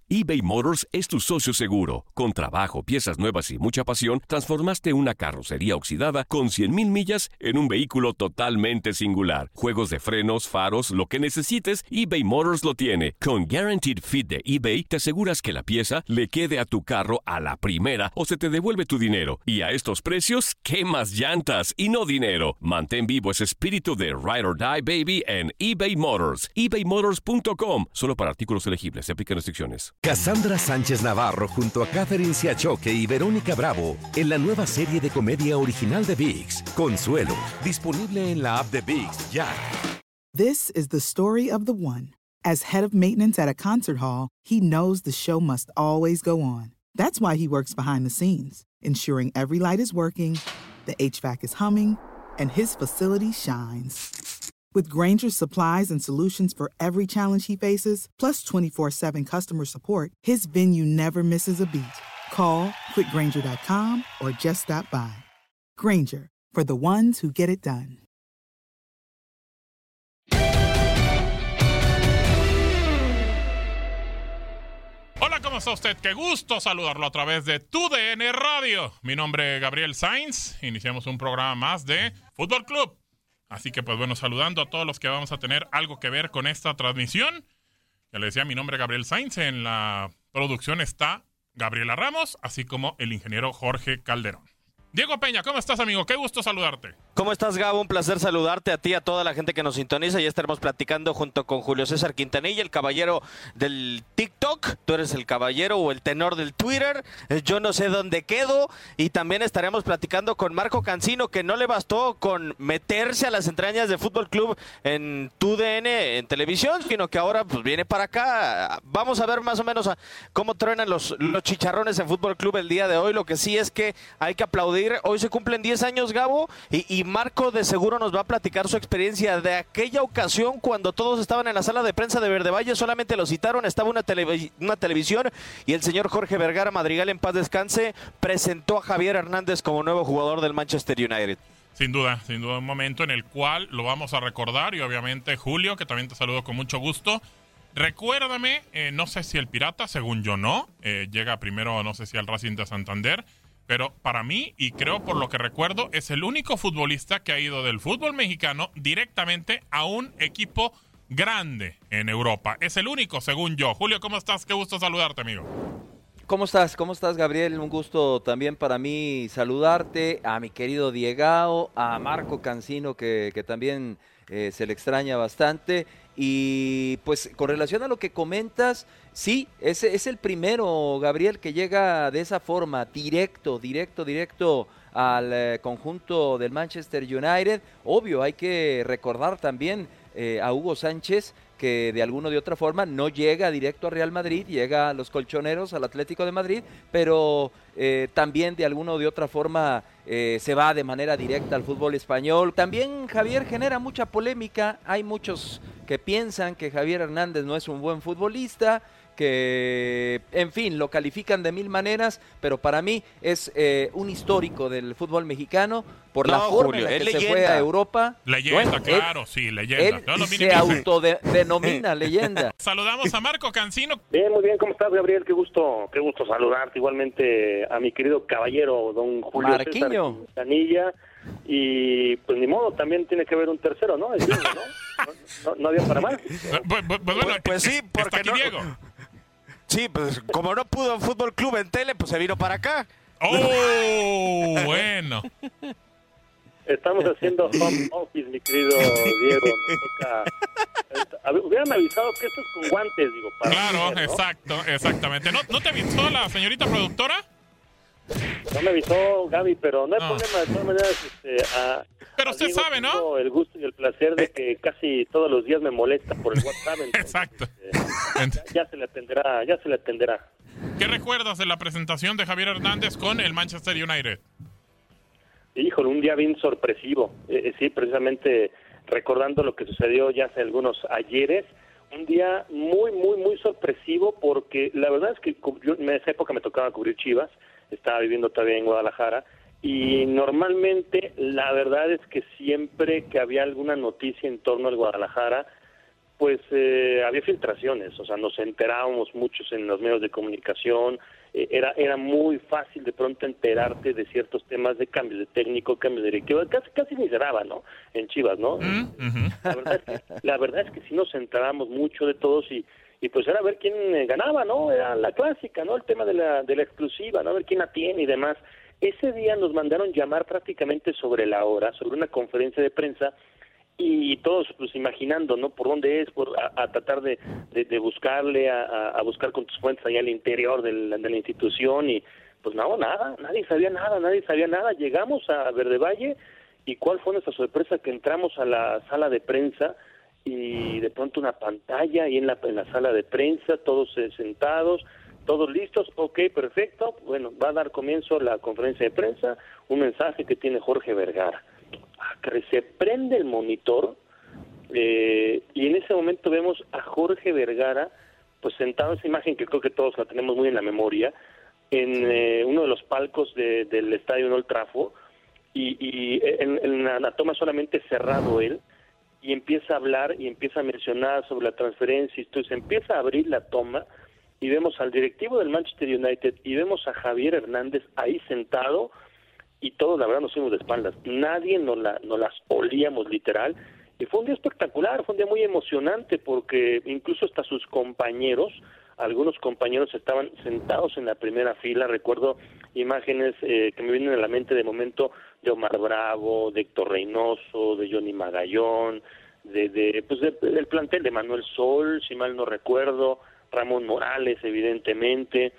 eBay Motors es tu socio seguro. Con trabajo, piezas nuevas y mucha pasión, transformaste una carrocería oxidada con 100,000 millas en un vehículo totalmente singular. Juegos de frenos, faros, lo que necesites, eBay Motors lo tiene. Con Guaranteed Fit de eBay, te aseguras que la pieza le quede a tu carro a la primera o se te devuelve tu dinero. Y a estos precios, ¿qué más llantas y no dinero? Mantén vivo ese espíritu de Ride or Die, baby, en eBay Motors. ebaymotors.com. Solo para artículos elegibles. Se aplican restricciones. Cassandra Sánchez Navarro junto a Catherine Siachoque y Verónica Bravo en la nueva serie de comedia original de ViX, Consuelo, disponible en la app de ViX ya. This is the story of the one. As head of maintenance at a concert hall, he knows the show must always go on. That's why he works behind the scenes, ensuring every light is working, the HVAC is humming, and his facility shines. With Grainger's supplies and solutions for every challenge he faces, plus 24/7 customer support, his venue never misses a beat. Call quickgrainger.com or just stop by. Grainger, for the ones who get it done. Hola, ¿cómo está usted? Qué gusto saludarlo a través de TUDN Radio. Mi nombre es Gabriel Sainz. Iniciamos un programa más de Fútbol Club. Así que, pues bueno, saludando a todos los que vamos a tener algo que ver con esta transmisión. Ya les decía, mi nombre es Gabriel Sainz. En la producción está Gabriela Ramos, así como el ingeniero Jorge Calderón. Diego Peña, ¿cómo estás, amigo? Qué gusto saludarte. ¿Cómo estás, Gabo? Un placer saludarte a ti, a toda la gente que nos sintoniza. Ya estaremos platicando junto con Julio César Quintanilla, el caballero del TikTok. Tú eres el caballero o el tenor del Twitter. Yo no sé dónde quedo. Y también estaremos platicando con Marco Cancino, que no le bastó con meterse a las entrañas de Fútbol Club en TUDN, en televisión, sino que ahora pues viene para acá. Vamos a ver más o menos cómo truenan los chicharrones en Fútbol Club el día de hoy. Lo que sí es que hay que aplaudir. Hoy se cumplen 10 años, Gabo, y Marco de seguro nos va a platicar su experiencia de aquella ocasión cuando todos estaban en la sala de prensa de Verde Valle, solamente lo citaron, estaba una televisión y el señor Jorge Vergara Madrigal, en paz descanse, presentó a Javier Hernández como nuevo jugador del Manchester United. Sin duda, un momento en el cual lo vamos a recordar y obviamente Julio, que también te saludo con mucho gusto. Recuérdame, no sé si el Pirata, según yo no, llega primero, no sé si al Racing de Santander, pero para mí, y creo por lo que recuerdo, es el único futbolista que ha ido del fútbol mexicano directamente a un equipo grande en Europa. Es el único, según yo. Julio, ¿cómo estás? Qué gusto saludarte, amigo. ¿Cómo estás? ¿Cómo estás, Gabriel? Un gusto también para mí saludarte, a mi querido Diegao, a Marco Cancino, que también se le extraña bastante. Y pues con relación a lo que comentas, sí, es el primero, Gabriel, que llega de esa forma, directo al conjunto del Manchester United. Obvio, hay que recordar también a Hugo Sánchez, que de alguna o de otra forma no llega directo a Real Madrid, llega a los colchoneros, al Atlético de Madrid, pero también de alguna o de otra forma se va de manera directa al fútbol español. También Javier genera mucha polémica, hay muchos que piensan que Javier Hernández no es un buen futbolista, que, en fin, lo califican de mil maneras, pero para mí es un histórico del fútbol mexicano por la forma Julio, en la que se fue a Europa. Leyenda, Bueno, claro, sí, leyenda. Él se autodenomina leyenda. Saludamos a Marco Cancino. Bien, muy bien, ¿cómo estás, Gabriel? Qué gusto saludarte. Igualmente a mi querido caballero, don Julio Marquiño. César Quintanilla. Y pues ni modo, también tiene que haber un tercero, ¿no? El Diego, ¿no? No había para más. Pues sí, porque está aquí no, Diego. Sí, pues como no pudo en Fútbol Club en tele, pues se vino para acá. ¡Oh! Bueno. Estamos haciendo home office, mi querido Diego. Nos toca... Hubieran avisado que esto es con guantes, digo. Para Claro, hacer, ¿no? exactamente. ¿No te avisó la señorita productora? No me avisó Gaby, pero no hay problema. De todas maneras, pero usted Diego, sabe, ¿no? tengo el gusto y el placer de que casi todos los días me molesta por el WhatsApp. Entonces, Exacto. Ya se le atenderá. ¿Qué recuerdas de la presentación de Javier Hernández con el Manchester United? Híjole, un día bien sorpresivo. Sí, precisamente recordando lo que sucedió ya hace algunos ayeres. Un día muy, muy, muy sorpresivo porque la verdad es que yo en esa época me tocaba cubrir Chivas. Estaba viviendo todavía en Guadalajara. Y normalmente la verdad es que siempre que había alguna noticia en torno al Guadalajara, pues había filtraciones, o sea, nos enterábamos muchos en los medios de comunicación, era muy fácil de pronto enterarte de ciertos temas de cambios de técnico, cambios de directivo, casi ni se daba, ¿no? En Chivas, ¿no? La verdad es que sí nos enterábamos mucho de todos y pues era ver quién ganaba, ¿no? Era la clásica, ¿no? El tema de la exclusiva, ¿no? A ver quién la tiene y demás. Ese día nos mandaron llamar prácticamente sobre la hora, sobre una conferencia de prensa, y todos pues imaginando, ¿no? Por dónde es, a tratar de buscarle, a buscar con tus fuentes allá al interior de la institución, y pues no, nada, nadie sabía nada. Llegamos a Verde Valle, y ¿cuál fue nuestra sorpresa? Que entramos a la sala de prensa, y de pronto una pantalla, y en la sala de prensa, todos sentados, todos listos, ok, perfecto, bueno, va a dar comienzo la conferencia de prensa, un mensaje que tiene Jorge Vergara. Que se prende el monitor, y en ese momento vemos a Jorge Vergara, pues sentado, esa imagen que creo que todos la tenemos muy en la memoria, en uno de los palcos del estadio Old Trafford, y en la toma solamente cerrado él, y empieza a hablar y empieza a mencionar sobre la transferencia, y se empieza a abrir la toma, y vemos al directivo del Manchester United, y vemos a Javier Hernández ahí sentado, y todos la verdad nos fuimos de espaldas, nadie nos las olíamos literal, y fue un día espectacular, fue un día muy emocionante, porque incluso hasta sus compañeros, algunos compañeros estaban sentados en la primera fila. Recuerdo imágenes que me vienen a la mente de momento de Omar Bravo, de Héctor Reynoso, de Johnny Magallón, del plantel de Manuel Sol, si mal no recuerdo, Ramón Morales, evidentemente,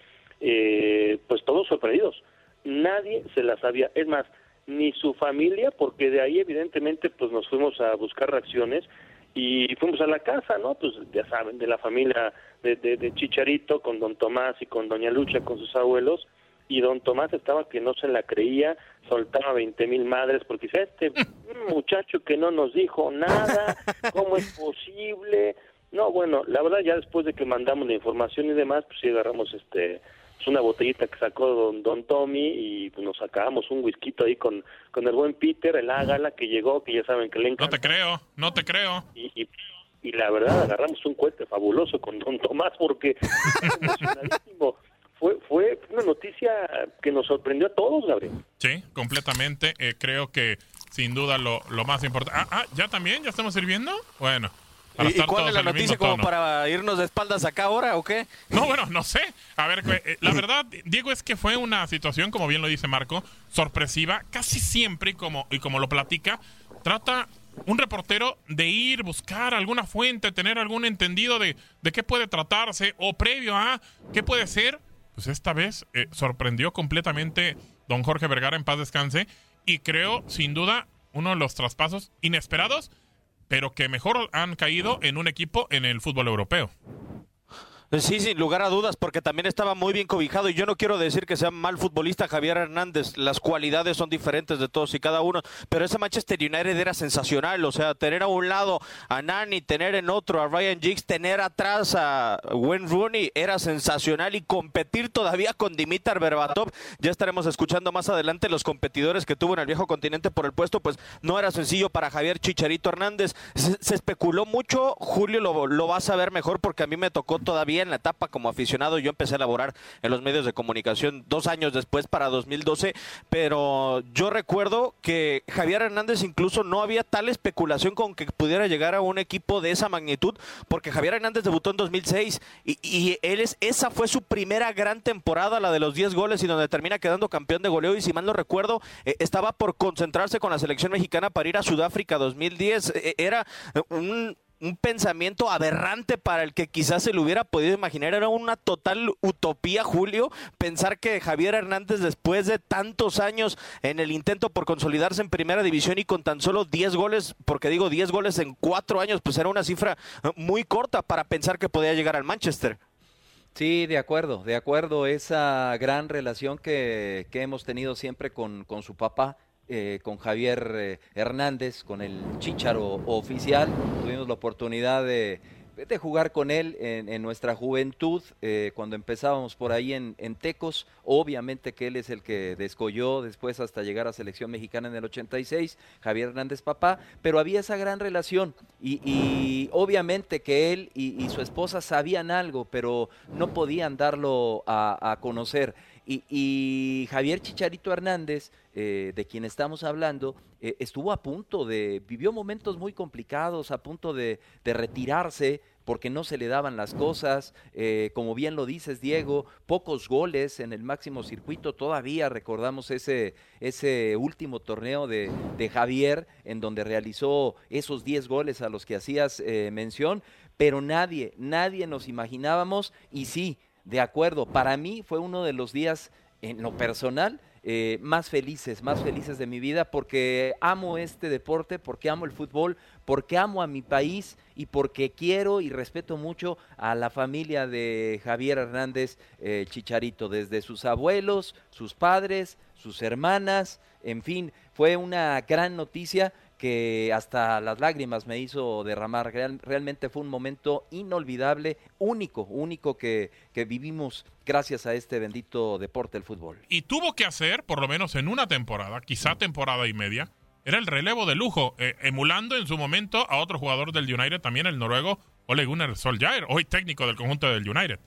pues todos sorprendidos. Nadie se la sabía, es más, ni su familia, porque de ahí evidentemente pues nos fuimos a buscar reacciones y fuimos a la casa, ¿no? Pues ya saben, de la familia de Chicharito, con don Tomás y con doña Lucha, con sus abuelos, y don Tomás estaba que no se la creía, soltaba 20,000 madres, porque dice, muchacho que no nos dijo nada, ¿cómo es posible? No, bueno, la verdad ya después de que mandamos la información y demás, pues sí agarramos una botellita que sacó don Tommy, y pues nos sacábamos un whisky ahí con el buen Peter, el Ágala, que llegó, que ya saben que le encanta. No te creo. Y la verdad agarramos un cohete fabuloso con don Tomás, porque emocionadísimo. Fue una noticia que nos sorprendió a todos, Gabriel. Sí, completamente. Creo que sin duda lo más importante. ¿Ya también? ¿Ya estamos sirviendo? Bueno. ¿Y cuál es la noticia como para irnos de espaldas acá ahora o qué? No, bueno, no sé. A ver, la verdad, Diego, es que fue una situación, como bien lo dice Marco, sorpresiva. Casi siempre, y como lo platica, trata un reportero de ir, buscar alguna fuente, tener algún entendido de qué puede tratarse, o previo a qué puede ser. Pues esta vez sorprendió completamente don Jorge Vergara, en paz descanse, y creo, sin duda, uno de los traspasos inesperados, pero que mejor han caído en un equipo en el fútbol europeo. Sí, sin lugar a dudas, porque también estaba muy bien cobijado, y yo no quiero decir que sea mal futbolista Javier Hernández, las cualidades son diferentes de todos y cada uno, pero ese Manchester United era sensacional, o sea, tener a un lado a Nani, tener en otro a Ryan Giggs, tener atrás a Wayne Rooney, era sensacional, y competir todavía con Dimitar Berbatov, ya estaremos escuchando más adelante los competidores que tuvo en el viejo continente por el puesto, pues no era sencillo para Javier Chicharito Hernández. Se especuló mucho, Julio lo va a saber mejor, porque a mí me tocó todavía en la etapa como aficionado. Yo empecé a laborar en los medios de comunicación 2 años después, para 2012, pero yo recuerdo que Javier Hernández incluso no había tal especulación con que pudiera llegar a un equipo de esa magnitud, porque Javier Hernández debutó en 2006 y esa fue su primera gran temporada, la de los 10 goles, y donde termina quedando campeón de goleo, y si mal no recuerdo, estaba por concentrarse con la selección mexicana para ir a Sudáfrica 2010. Era un pensamiento aberrante para el que quizás se lo hubiera podido imaginar. Era una total utopía, Julio, pensar que Javier Hernández, después de tantos años en el intento por consolidarse en primera división y con tan solo 10 goles, porque digo 10 goles en 4 años, pues era una cifra muy corta para pensar que podía llegar al Manchester. Sí, de acuerdo, esa gran relación que hemos tenido siempre con su papá, con Javier Hernández, con el Chícharo oficial. Tuvimos la oportunidad de jugar con él en nuestra juventud, cuando empezábamos por ahí en Tecos. Obviamente que él es el que descolló después hasta llegar a Selección Mexicana en el 86, Javier Hernández papá, pero había esa gran relación y obviamente que él y su esposa sabían algo, pero no podían darlo a conocer. Y Javier Chicharito Hernández, de quien estamos hablando, estuvo a punto vivió momentos muy complicados, a punto de retirarse, porque no se le daban las cosas, como bien lo dices, Diego, pocos goles en el máximo circuito. Todavía recordamos ese último torneo de Javier, en donde realizó esos 10 goles a los que hacías mención, pero nadie nos imaginábamos, y sí, de acuerdo, para mí fue uno de los días, en lo personal, más felices de mi vida, porque amo este deporte, porque amo el fútbol, porque amo a mi país y porque quiero y respeto mucho a la familia de Javier Hernández Chicharito, desde sus abuelos, sus padres, sus hermanas, en fin, fue una gran noticia que hasta las lágrimas me hizo derramar. Realmente fue un momento inolvidable, único que vivimos gracias a este bendito deporte, el fútbol. Y tuvo que hacer, por lo menos en una temporada, quizá temporada y media, era el relevo de lujo, emulando en su momento a otro jugador del United, también el noruego Ole Gunnar Solskjaer, hoy técnico del conjunto del United.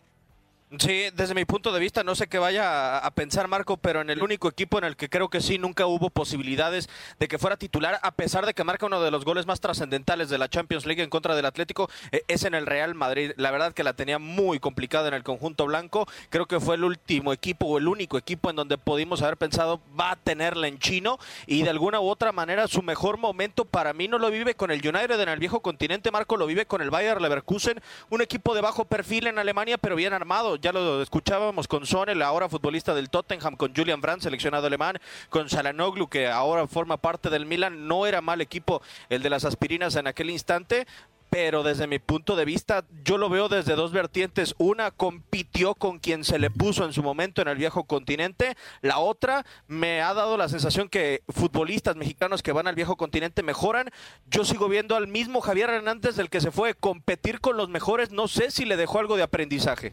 Sí, desde mi punto de vista, no sé qué vaya a pensar Marco, pero en el único equipo en el que creo que sí nunca hubo posibilidades de que fuera titular, a pesar de que marca uno de los goles más trascendentales de la Champions League en contra del Atlético, es en el Real Madrid. La verdad que la tenía muy complicada en el conjunto blanco. Creo que fue el último equipo o el único equipo en donde pudimos haber pensado va a tenerla en chino, y de alguna u otra manera su mejor momento para mí no lo vive con el United en el viejo continente, Marco, lo vive con el Bayer Leverkusen, un equipo de bajo perfil en Alemania, pero bien armado. Ya lo escuchábamos con Son, el ahora futbolista del Tottenham, con Julian Brandt, seleccionado alemán, con Çalhanoğlu, que ahora forma parte del Milan. No era mal equipo el de las aspirinas en aquel instante, pero desde mi punto de vista yo lo veo desde dos vertientes. Una, compitió con quien se le puso en su momento en el viejo continente. La otra, me ha dado la sensación que futbolistas mexicanos que van al viejo continente mejoran. Yo sigo viendo al mismo Javier Hernández del que se fue, competir con los mejores. No sé si le dejó algo de aprendizaje.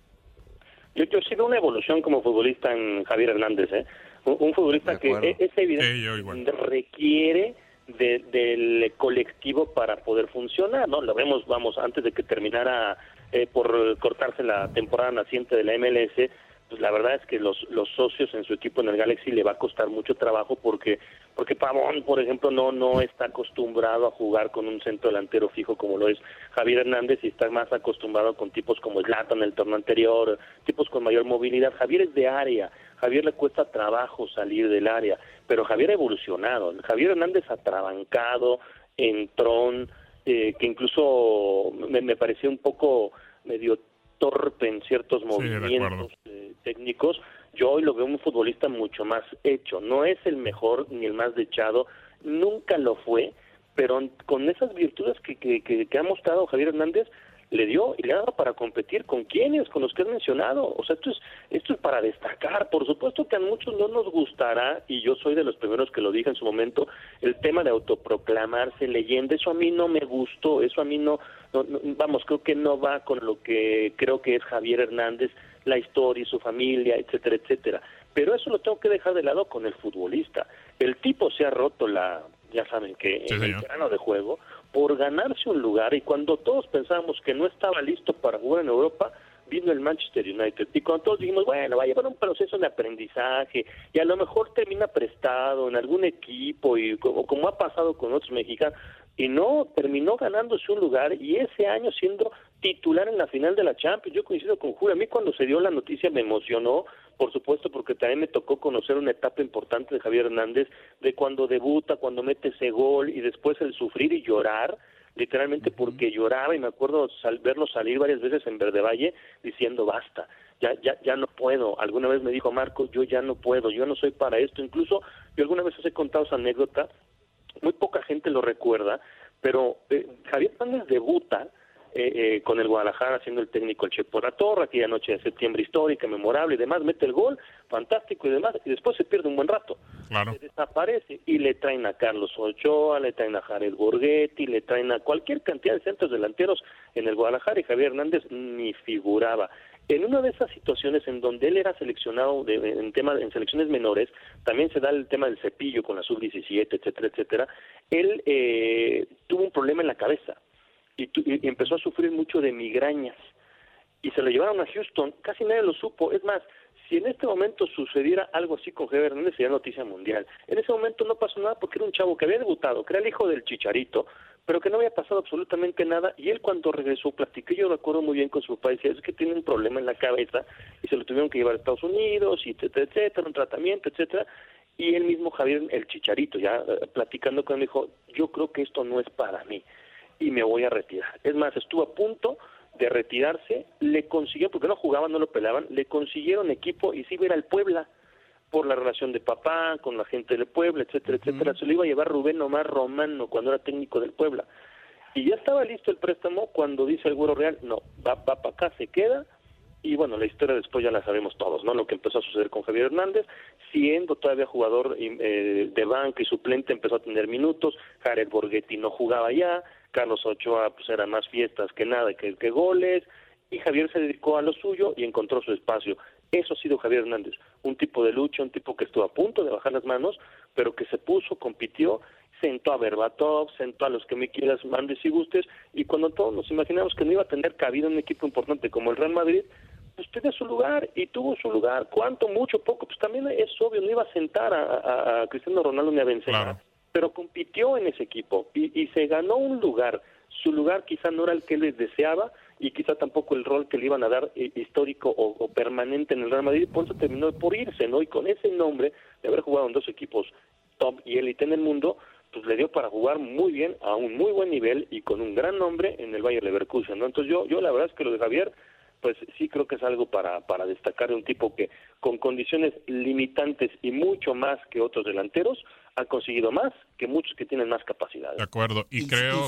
Yo he sido una evolución como futbolista en Javier Hernández, un futbolista que es evidente, requiere del colectivo para poder funcionar, ¿no? Lo vemos, antes de que terminara por cortarse la temporada naciente de la MLS, pues la verdad es que los socios en su equipo en el Galaxy le va a costar mucho trabajo porque Pavón, por ejemplo, no está acostumbrado a jugar con un centro delantero fijo como lo es Javier Hernández, y está más acostumbrado con tipos como Zlatan en el torneo anterior, tipos con mayor movilidad. Javier es de área, Javier le cuesta trabajo salir del área, pero Javier ha evolucionado. Javier Hernández atrabancado, entrón, que incluso me parecía un poco medio torpe en ciertos movimientos técnicos. Yo hoy lo veo un futbolista mucho más hecho. No es el mejor ni el más dechado, nunca lo fue, pero con esas virtudes que ha mostrado Javier Hernández, le dio y le ha dado para competir. ¿Con quiénes? Con los que has mencionado. O sea, esto es para destacar. Por supuesto que a muchos no nos gustará, y yo soy de los primeros que lo dije en su momento, el tema de autoproclamarse leyenda. Eso a mí no me gustó, eso a mí no, creo que no va con lo que creo que es Javier Hernández, la historia y su familia, etcétera, etcétera. Pero eso lo tengo que dejar de lado con el futbolista. El tipo se ha roto ya saben que en el terreno de juego, por ganarse un lugar, y cuando todos pensábamos que no estaba listo para jugar en Europa, vino el Manchester United, y cuando todos dijimos, bueno, va a llevar un proceso de aprendizaje, y a lo mejor termina prestado en algún equipo, y como ha pasado con otros mexicanos, y no, terminó ganándose un lugar, y ese año siendo titular en la final de la Champions. Yo coincido con Julio, a mí cuando se dio la noticia me emocionó, por supuesto, porque también me tocó conocer una etapa importante de Javier Hernández, de cuando debuta, cuando mete ese gol, y después el sufrir y llorar, literalmente porque lloraba, y me acuerdo verlo salir varias veces en Verde Valle diciendo basta, ya no puedo. Alguna vez me dijo, Marco, yo ya no puedo, yo no soy para esto. Incluso yo alguna vez os he contado esa anécdota, muy poca gente lo recuerda, pero Javier Hernández debuta con el Guadalajara, siendo el técnico el Chepo La Torre, aquella noche de septiembre histórica, memorable y demás, mete el gol, fantástico y demás, y después se pierde un buen rato. Claro. Se desaparece y le traen a Carlos Ochoa, le traen a Jared Borghetti, le traen a cualquier cantidad de centros delanteros en el Guadalajara, y Javier Hernández ni figuraba. En una de esas situaciones en donde él era seleccionado en selecciones menores, también se da el tema del cepillo con la sub-17, etcétera, etcétera, él tuvo un problema en la cabeza y empezó a sufrir mucho de migrañas y se lo llevaron a Houston, casi nadie lo supo. Es más, si en este momento sucediera algo así con Javier Hernández, sería noticia mundial. En ese momento no pasó nada porque era un chavo que había debutado, que era el hijo del Chicharito, pero que no había pasado absolutamente nada, y él cuando regresó platicó, yo recuerdo muy bien con su papá, decía, es que tiene un problema en la cabeza, y se lo tuvieron que llevar a Estados Unidos, y etcétera, etcétera, un tratamiento, etcétera, y él mismo, Javier, el Chicharito, ya platicando con él, dijo, yo creo que esto no es para mí, y me voy a retirar. Es más, estuvo a punto de retirarse, le consiguió, porque no jugaban, no lo pelaban, le consiguieron equipo, y sí iba a ir al Puebla, por la relación de papá, con la gente del Puebla, etcétera, etcétera. Se lo iba a llevar Rubén Omar Romano cuando era técnico del Puebla. Y ya estaba listo el préstamo cuando dice el Güero Real, no, va para acá, se queda, y bueno, la historia después ya la sabemos todos, ¿no? Lo que empezó a suceder con Javier Hernández, siendo todavía jugador de banca y suplente, empezó a tener minutos, Jared Borghetti no jugaba ya, Carlos Ochoa pues era más fiestas que nada, que goles, y Javier se dedicó a lo suyo y encontró su espacio. Eso ha sido Javier Hernández, un tipo de lucha, un tipo que estuvo a punto de bajar las manos, pero que se puso, compitió, sentó a Berbatov, sentó a los que me quieras, mandes y gustes, y cuando todos nos imaginamos que no iba a tener cabida en un equipo importante como el Real Madrid, pues tenía su lugar, y tuvo su lugar. ¿Cuánto, mucho, poco? Pues también es obvio, no iba a sentar a Cristiano Ronaldo ni a Benzema, claro, pero compitió en ese equipo, y se ganó un lugar. Su lugar quizá no era el que él les deseaba, y quizá tampoco el rol que le iban a dar histórico o permanente en el Real Madrid, por eso terminó por irse, ¿no? Y con ese nombre, de haber jugado en dos equipos top y élite en el mundo, pues le dio para jugar muy bien, a un muy buen nivel y con un gran nombre en el Bayer Leverkusen, ¿no? Entonces yo la verdad es que lo de Javier, pues sí creo que es algo para destacar, de un tipo que con condiciones limitantes y mucho más que otros delanteros, ha conseguido más que muchos que tienen más capacidades. De acuerdo, y creo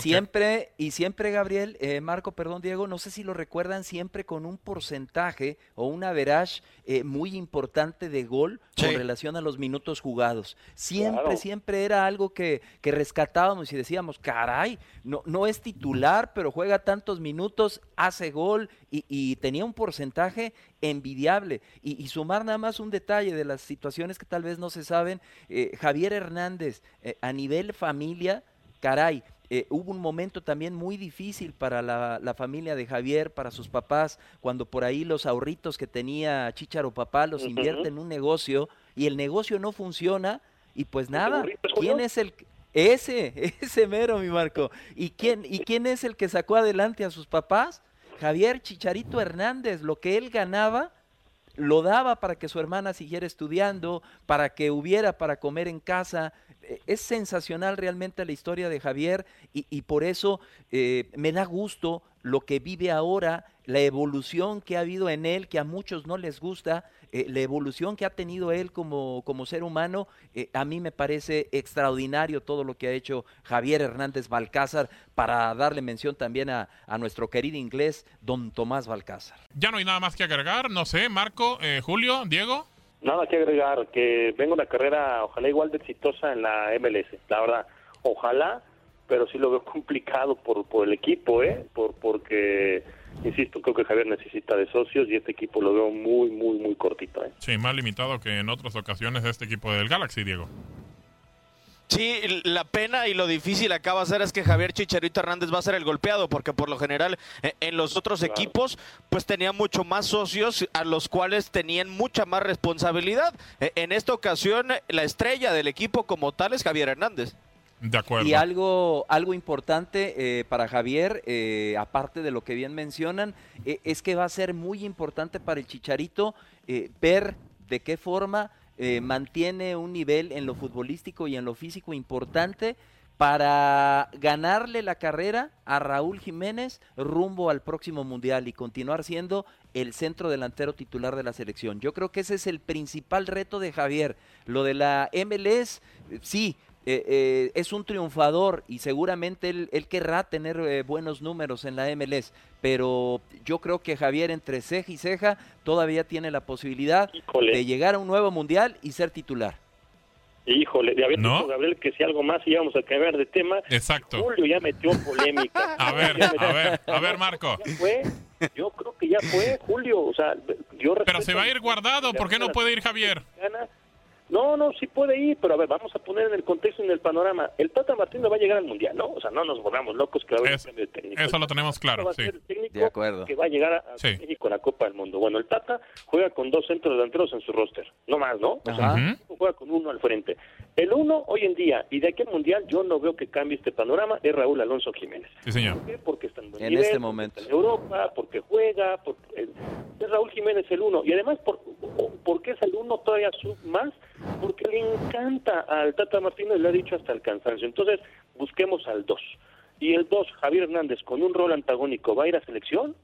y siempre, Gabriel, Marco, perdón, Diego, no sé si lo recuerdan, siempre con un porcentaje o un average muy importante de gol con relación a los minutos jugados. Siempre era algo que rescatábamos y decíamos, caray, no es titular, pero juega tantos minutos, hace gol y tenía un porcentaje envidiable. Y sumar nada más un detalle de las situaciones que tal vez no se saben, Javier Hernández, a nivel familia, caray, hubo un momento también muy difícil para la familia de Javier, para sus papás, cuando por ahí los ahorritos que tenía Chícharo papá los invierte en un negocio y el negocio no funciona y pues nada, ¿quién es el... Ese mero, mi Marco. ¿Y quién es el que sacó adelante a sus papás? Javier Chicharito Hernández. Lo que él ganaba lo daba para que su hermana siguiera estudiando, para que hubiera para comer en casa. Es sensacional realmente la historia de Javier y por eso me da gusto lo que vive ahora, la evolución que ha habido en él, que a muchos no les gusta, la evolución que ha tenido él como ser humano. A mí me parece extraordinario todo lo que ha hecho Javier Hernández Balcázar, para darle mención también a nuestro querido inglés, don Tomás Balcázar. Ya no hay nada más que agregar, no sé, Marco, Julio, Diego. Nada que agregar, que venga una carrera ojalá igual de exitosa en la MLS, la verdad, ojalá, pero sí lo veo complicado por el equipo, porque, insisto, creo que Javier necesita de socios y este equipo lo veo muy, muy, muy cortito. Sí, más limitado que en otras ocasiones este equipo del Galaxy, Diego. Sí, la pena y lo difícil acá va a ser es que Javier Chicharito Hernández va a ser el golpeado, porque por lo general en los otros equipos pues tenía mucho más socios a los cuales tenían mucha más responsabilidad. En esta ocasión la estrella del equipo como tal es Javier Hernández. De acuerdo. Y algo importante para Javier, aparte de lo que bien mencionan, es que va a ser muy importante para el Chicharito ver de qué forma mantiene un nivel en lo futbolístico y en lo físico importante para ganarle la carrera a Raúl Jiménez rumbo al próximo Mundial y continuar siendo el centro delantero titular de la selección. Yo creo que ese es el principal reto de Javier. Lo de la MLS, sí, es un triunfador y seguramente él querrá tener buenos números en la MLS, pero yo creo que Javier entre ceja y ceja todavía tiene la posibilidad de llegar a un nuevo mundial y ser titular. Híjole, de haber dicho Gabriel que si algo más íbamos a cambiar de tema. Exacto. Julio ya metió polémica. A ver, Marco. Yo creo que ya fue, Julio. O sea, pero se va a ir guardado, ¿por qué no puede ir Javier? No, sí puede ir, pero a ver, vamos a poner en el contexto, en el panorama. El Tata Martino va a llegar al Mundial, ¿no? O sea, no nos volvamos locos que va a haber un cambio de técnico. Eso lo tenemos claro, va sí. a ser el técnico de acuerdo. que va a llegar a México a la Copa del Mundo. Bueno, el Tata juega con 2 centros delanteros en su roster, no más, ¿no? O sea, juega con 1 al frente. El 1 hoy en día, y de aquí al Mundial, yo no veo que cambie este panorama, es Raúl Alonso Jiménez. Sí, señor. ¿Por qué? Porque está en buen en nivel, este momento. está en Europa, porque juega, es Raúl Jiménez el 1. Y además, ¿por qué es el 1 todavía más? Porque le encanta al Tata Martino y le ha dicho hasta el cansancio. Entonces, busquemos al 2. Y el 2, Javier Hernández, con un rol antagónico, ¿va a ir a selección?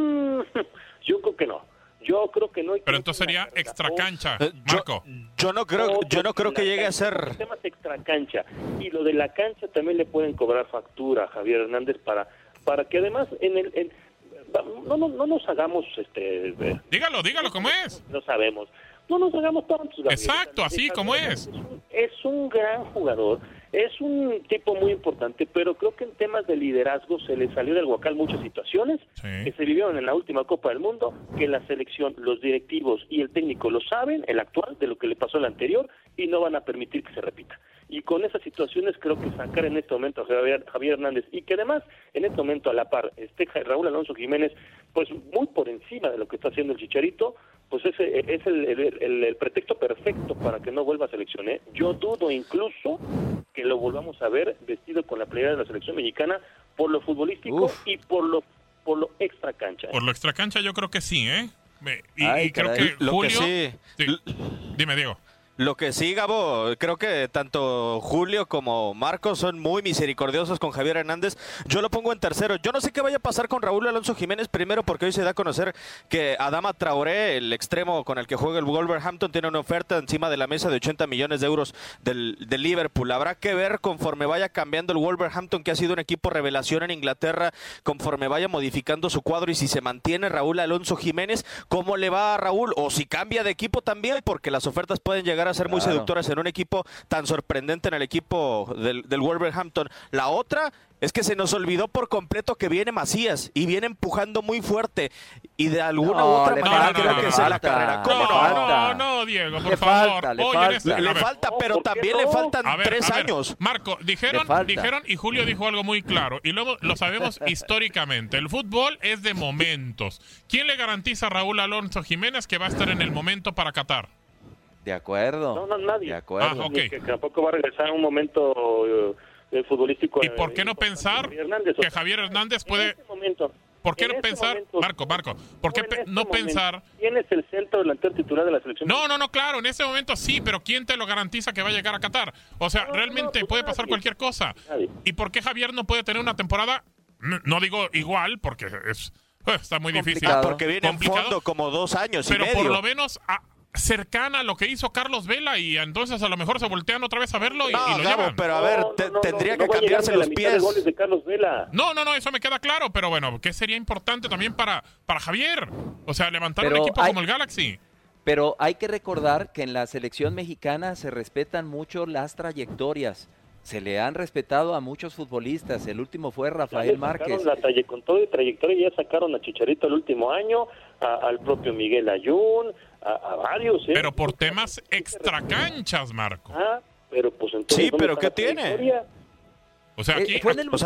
Yo creo que no. Pero entonces sería extra cancha, Marco. Yo no creo que llegue a ser... El tema es extra cancha. Y lo de la cancha también le pueden cobrar factura a Javier Hernández para que además no nos hagamos... Dígalo como es. No sabemos. No nos hagamos tontos, Gabriel. Exacto, así como es. Es un gran jugador, es un tipo muy importante, pero creo que en temas de liderazgo se le salió del guacal muchas situaciones que se vivieron en la última Copa del Mundo, que la selección, los directivos y el técnico lo saben, el actual, de lo que le pasó al anterior, y no van a permitir que se repita. Y con esas situaciones creo que sacar en este momento a Javier Hernández, y que además en este momento a la par Raúl Alonso Jiménez, pues muy por encima de lo que está haciendo el Chicharito, pues ese es el pretexto perfecto para que no vuelva a selección, ¿eh? Yo dudo incluso que lo volvamos a ver vestido con la playera de la selección mexicana por lo futbolístico y por lo extra cancha. Por lo extra cancha yo creo que sí, ¿eh? Y creo que Julio... Sí. Dime, Diego. Lo que sí, Gabo, creo que tanto Julio como Marcos son muy misericordiosos con Javier Hernández. Yo lo pongo en tercero. Yo no sé qué vaya a pasar con Raúl Alonso Jiménez, primero porque hoy se da a conocer que Adama Traoré, el extremo con el que juega el Wolverhampton, tiene una oferta encima de la mesa de 80 millones de euros del Liverpool. Habrá que ver conforme vaya cambiando el Wolverhampton, que ha sido un equipo revelación en Inglaterra, conforme vaya modificando su cuadro y si se mantiene Raúl Alonso Jiménez, cómo le va a Raúl o si cambia de equipo también, porque las ofertas pueden llegar a ser muy seductoras en un equipo tan sorprendente en el equipo del Wolverhampton. La otra es que se nos olvidó por completo que viene Macías y viene empujando muy fuerte y de alguna u otra manera creo que es la carrera. No, Diego, por favor. Le falta, pero también le faltan 3 años. Marco, dijeron y Julio dijo algo muy claro y luego lo sabemos históricamente. El fútbol es de momentos. ¿Quién le garantiza a Raúl Alonso Jiménez que va a estar en el momento para Qatar? De acuerdo. No, nadie. De acuerdo. Okay. Que tampoco va a regresar a un momento futbolístico. ¿Y por qué no pensar que Javier Hernández puede... ¿Por qué no pensar, Marco, por qué no pensar... ¿Quién es el centro delantero titular de la selección? No, claro, en ese momento sí, pero ¿quién te lo garantiza que va a llegar a Qatar? O sea, realmente puede pasar cualquier cosa. Nadie. ¿Y por qué Javier no puede tener una temporada, no digo igual, porque está muy difícil? Porque viene en fondo como 2 años pero y medio. Por lo menos... cercana a lo que hizo Carlos Vela y entonces a lo mejor se voltean otra vez a verlo y lo llevan. Pero a ver, tendría que cambiarse los pies. Goles de Carlos Vela. No, eso me queda claro, pero bueno, ¿qué sería importante también para Javier? O sea, levantar un equipo como el Galaxy. Pero hay que recordar que en la selección mexicana se respetan mucho las trayectorias. Se le han respetado a muchos futbolistas. El último fue Rafael Márquez. Con todo y trayectoria ya sacaron a Chicharito el último año, al propio Miguel Ayun, a varios. Pero por temas extracanchas, Marco. Pero pues entonces... Sí, pero ¿qué tiene? O sea, aquí...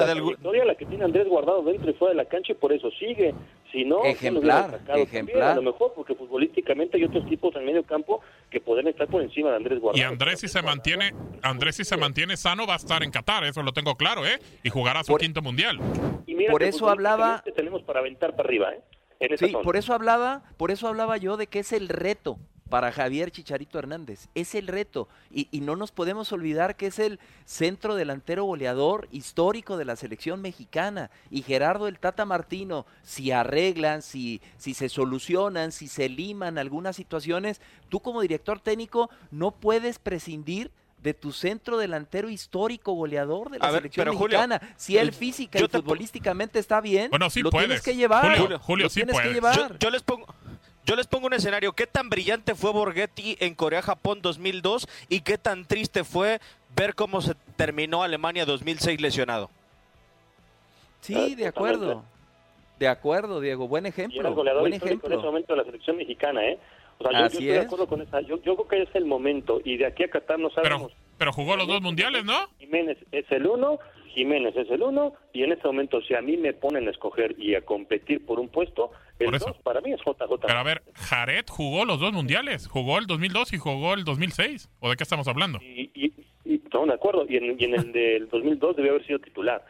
la que tiene Andrés Guardado dentro y fuera de la cancha y por eso sigue. Si no, ejemplar. A lo mejor porque futbolísticamente hay otros tipos en medio campo que pueden estar por encima de Andrés Guardado. Y Andrés si se mantiene sano va a estar en Qatar, eso lo tengo claro, y jugará su quinto mundial. Y mira, por eso hablaba... tenemos para aventar para arriba, Sí, por eso hablaba yo de que es el reto para Javier Chicharito Hernández, es el reto, y no nos podemos olvidar que es el centro delantero goleador histórico de la selección mexicana, y Gerardo el Tata Martino, si arreglan, si se solucionan, si se liman algunas situaciones, tú como director técnico no puedes prescindir de tu centro delantero histórico goleador de la A ver, selección pero, Julio, mexicana. Si él física y futbolísticamente está bien, bueno, sí lo puedes. tienes que llevar. Julio, lo sí tienes puedes. que llevar. Yo les pongo un escenario. ¿Qué tan brillante fue Borghetti en Corea-Japón 2002 y qué tan triste fue ver cómo se terminó Alemania 2006 lesionado? Sí, de acuerdo. De acuerdo, Diego. Buen Y era ejemplo. goleador Buen histórico en ese ejemplo. momento de la selección mexicana, ¿eh? O sea, yo estoy de acuerdo con esa. Yo creo que es el momento. Y de aquí a Qatar no sabemos. Pero jugó los 2 mundiales, ¿no? Jiménez es el 1, Jiménez es el 1, y en este momento, si a mí me ponen a escoger y a competir por un puesto, el 2 para mí es JJ. Pero a ver, Jared jugó los 2 mundiales. Jugó el 2002 y jugó el 2006. ¿O de qué estamos hablando? Y no, de acuerdo. Y en el del 2002 debió haber sido titular.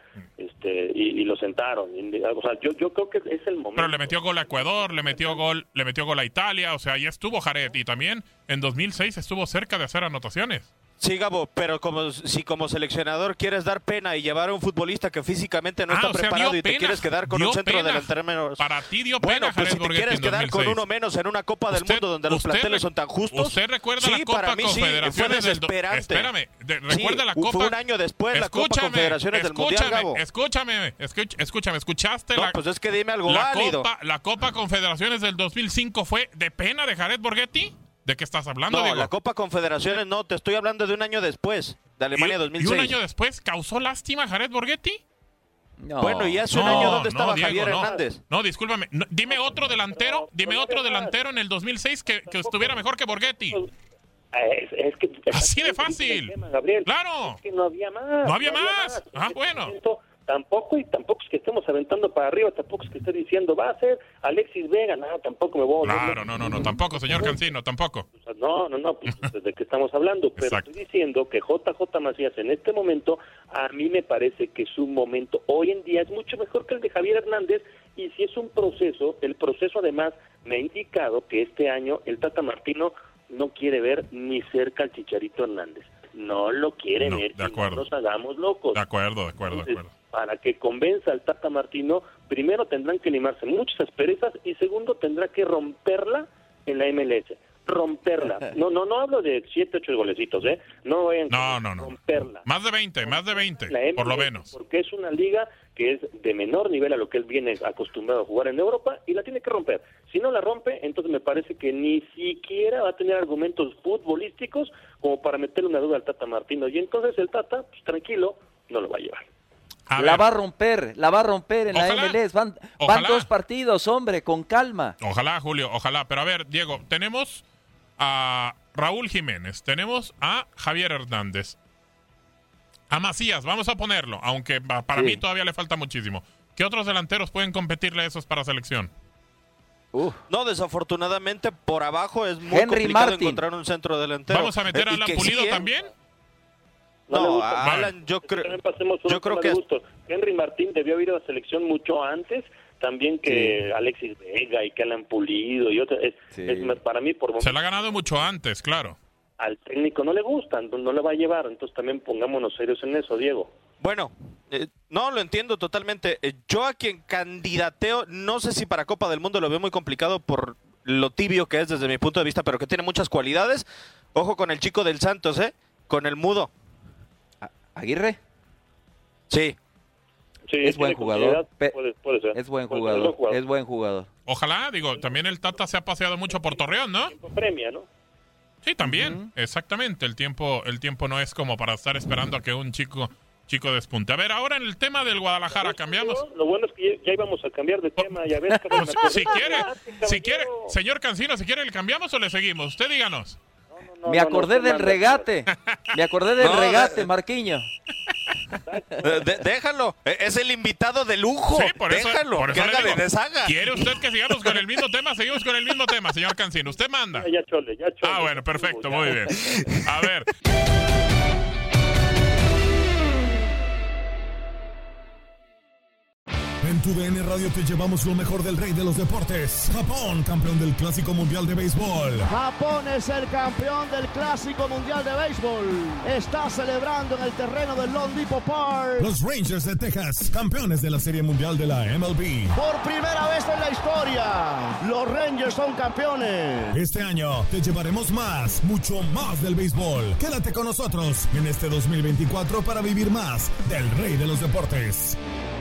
Y lo sentaron. O sea, yo creo que es el momento. Pero le metió gol a Ecuador, le metió gol a Italia. O sea, ya estuvo Jared. Y también en 2006 estuvo cerca de hacer anotaciones. Sí, Gabo, pero si como seleccionador quieres dar pena y llevar a un futbolista que físicamente no está preparado y te quieres quedar con un centro delantero menos. Para ti dio pena, bueno, pues si te quieres quedar con uno menos en una Copa del Mundo donde los planteles son tan justos. ¿Usted recuerda la Copa para mí Confederaciones fue desesperante. Espérame, recuerda la Copa. Fue un año después la Copa Confederaciones del Mundial, Gabo. Escúchame, ¿escuchaste? No, pues es que dime algo válido. La Copa Confederaciones del 2005 fue de pena de Jared Borghetti. ¿De qué estás hablando, No, Diego? la Copa Confederaciones no, te estoy hablando de un año después, de Alemania 2006. ¿Y un año después causó lástima Jared Borghetti? No. Bueno, y hace un año, ¿dónde estaba Diego, Javier Hernández? No, discúlpame. Dime otro delantero en el 2006 que estuviera mejor que Borghetti. Es que así de fácil. Tema, Gabriel. Claro. Es que no había más. No había más. Ah, bueno. Tampoco es que estemos aventando para arriba, tampoco es que esté diciendo va a ser Alexis Vega, no, tampoco me voy a... Claro, no, tampoco, señor Cancino, tampoco. No, pues, ¿de qué estamos hablando? Pero Exacto. Estoy diciendo que JJ Macías en este momento, a mí me parece que su momento hoy en día es mucho mejor que el de Javier Hernández, y si es un proceso, el proceso además me ha indicado que este año el Tata Martino no quiere ver ni cerca al Chicharito Hernández. No lo quiere ver, de acuerdo. No nos hagamos locos. De acuerdo. Entonces, para que convenza al Tata Martino, primero tendrán que limarse muchas asperezas y segundo tendrá que romperla en la MLS. Romperla. No hablo de 7, 8 golecitos, ¿eh? No. Romperla. Más de 20, por lo menos. Porque es una liga que es de menor nivel a lo que él viene acostumbrado a jugar en Europa y la tiene que romper. Si no la rompe, entonces me parece que ni siquiera va a tener argumentos futbolísticos como para meterle una duda al Tata Martino. Y entonces el Tata, pues tranquilo, no lo va a llevar. La va a romper en la MLS. Van 2 partidos, hombre, con calma. Ojalá, Julio, ojalá. Pero a ver, Diego, tenemos a Raúl Jiménez, tenemos a Javier Hernández, a Macías, vamos a ponerlo, aunque para mí todavía le falta muchísimo. ¿Qué otros delanteros pueden competirle a esos para selección? No, desafortunadamente por abajo es muy complicado encontrar un centro delantero. ¿Vamos a meter a Alan Pulido también? No, Alan, yo creo que Henry Martín debió haber ido a selección mucho antes, también que Alexis Vega y que Alan Pulido y otros. Para mí, se la ha ganado mucho antes, claro. Al técnico no le gustan, no le va a llevar, entonces también pongámonos serios en eso, Diego. Bueno, no, lo entiendo totalmente. Yo a quien candidateo, no sé si para Copa del Mundo lo veo muy complicado por lo tibio que es desde mi punto de vista, pero que tiene muchas cualidades. Ojo con el chico del Santos, con el mudo. ¿Aguirre? Sí. Es buen jugador. Puede ser. Es buen jugador. Es buen jugador. Ojalá, también el Tata se ha paseado mucho por Torreón, ¿no? El tiempo premia, ¿no? Sí, también, exactamente. El tiempo no es como para estar esperando a que un chico despunte. A ver, ahora en el tema del Guadalajara, ¿cambiamos? Lo bueno es que ya íbamos a cambiar de tema. Ya ves, si quiere, señor Cancino, si quiere, ¿le cambiamos o le seguimos? Usted díganos. Me acordé del regate. Me acordé del regate, Marquiño. Déjalo. Es el invitado de lujo. Sí, por eso que haga de deshaga. ¿Quiere usted que sigamos con el mismo tema? Seguimos con el mismo tema, señor Cancino. Usted manda. Ya chole. Ah, bueno, perfecto. Muy bien. A ver. En tu DN Radio te llevamos lo mejor del rey de los deportes. Japón, campeón del Clásico Mundial de Béisbol. Japón es el campeón del Clásico Mundial de Béisbol. Está celebrando en el terreno del Lone Depot Park. Los Rangers de Texas, campeones de la Serie Mundial de la MLB. Por primera vez en la historia, los Rangers son campeones. Este año te llevaremos más, mucho más del béisbol. Quédate con nosotros en este 2024 para vivir más del rey de los deportes.